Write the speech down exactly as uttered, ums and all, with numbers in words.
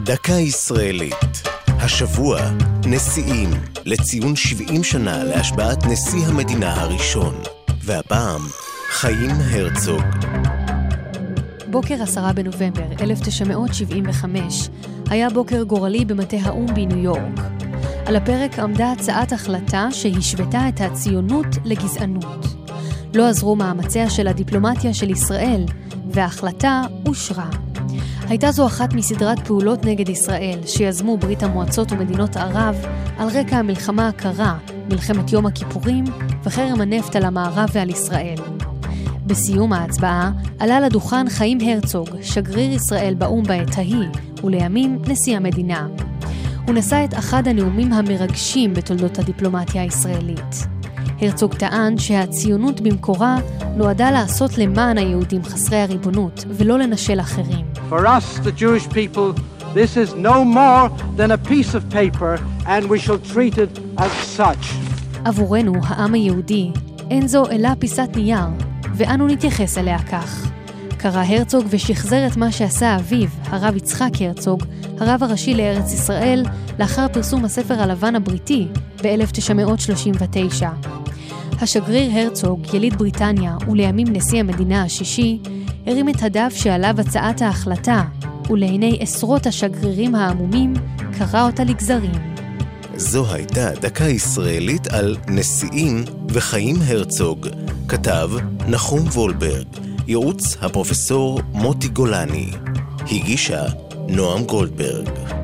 דקה ישראלית. השבוע, נשיאים, לציון שבעים שנה להשבעת נשיא המדינה הראשון. והפעם, חיים הרצוג. בוקר עשרה בנובמבר אלף תשע מאות שבעים וחמש היה בוקר גורלי במטה האום בניו יורק. על הפרק עמדה הצעת החלטה שהשוותה את הציונות לגזענות. לא עזרו מאמציה של הדיפלומטיה של ישראל, וההחלטה אושרה. הייתה זו אחת מסדרת פעולות נגד ישראל שיזמו ברית המועצות ומדינות ערב על רקע המלחמה הקרה, מלחמת יום הכיפורים וחרם הנפט על המערב ועל ישראל. בסיום ההצבעה עלה לדוכן חיים הרצוג, שגריר ישראל באום בעת ההיא, ולימים נשיא המדינה. הוא נשא את אחד הנאומים המרגשים בתולדות הדיפלומטיה הישראלית. הרצוג טען שהציונות במקורה נועדה לעשות למען היהודים חסרי הריבונות ולא לנשל אחרים. For us, the Jewish people, this is no more than a piece of paper and we shall treat it as such. עבורנו, העם היהודי, אין זו אלא פיסת נייר, ואנו נתייחס אליה כך. קרא הרצוג ושחזר את מה שעשה אביו, הרב יצחק הרצוג, הרב הראשי לארץ ישראל, לאחר פרסום הספר הלבן הבריטי ב-אלף תשע מאות שלושים ותשע. השגריר הרצוג, יליד בריטניה ולימים נשיא המדינה השישי, הרים את הדף שעליו הצעת ההחלטה, ולעיני עשרות השגרירים העמומים קרא אותה לגזרים. זו הייתה דקה ישראלית על נשיאים וחיים הרצוג. כתב נחום וולברג, ייעוץ הפרופסור מוטי גולני, הגישה נועם גולדברג.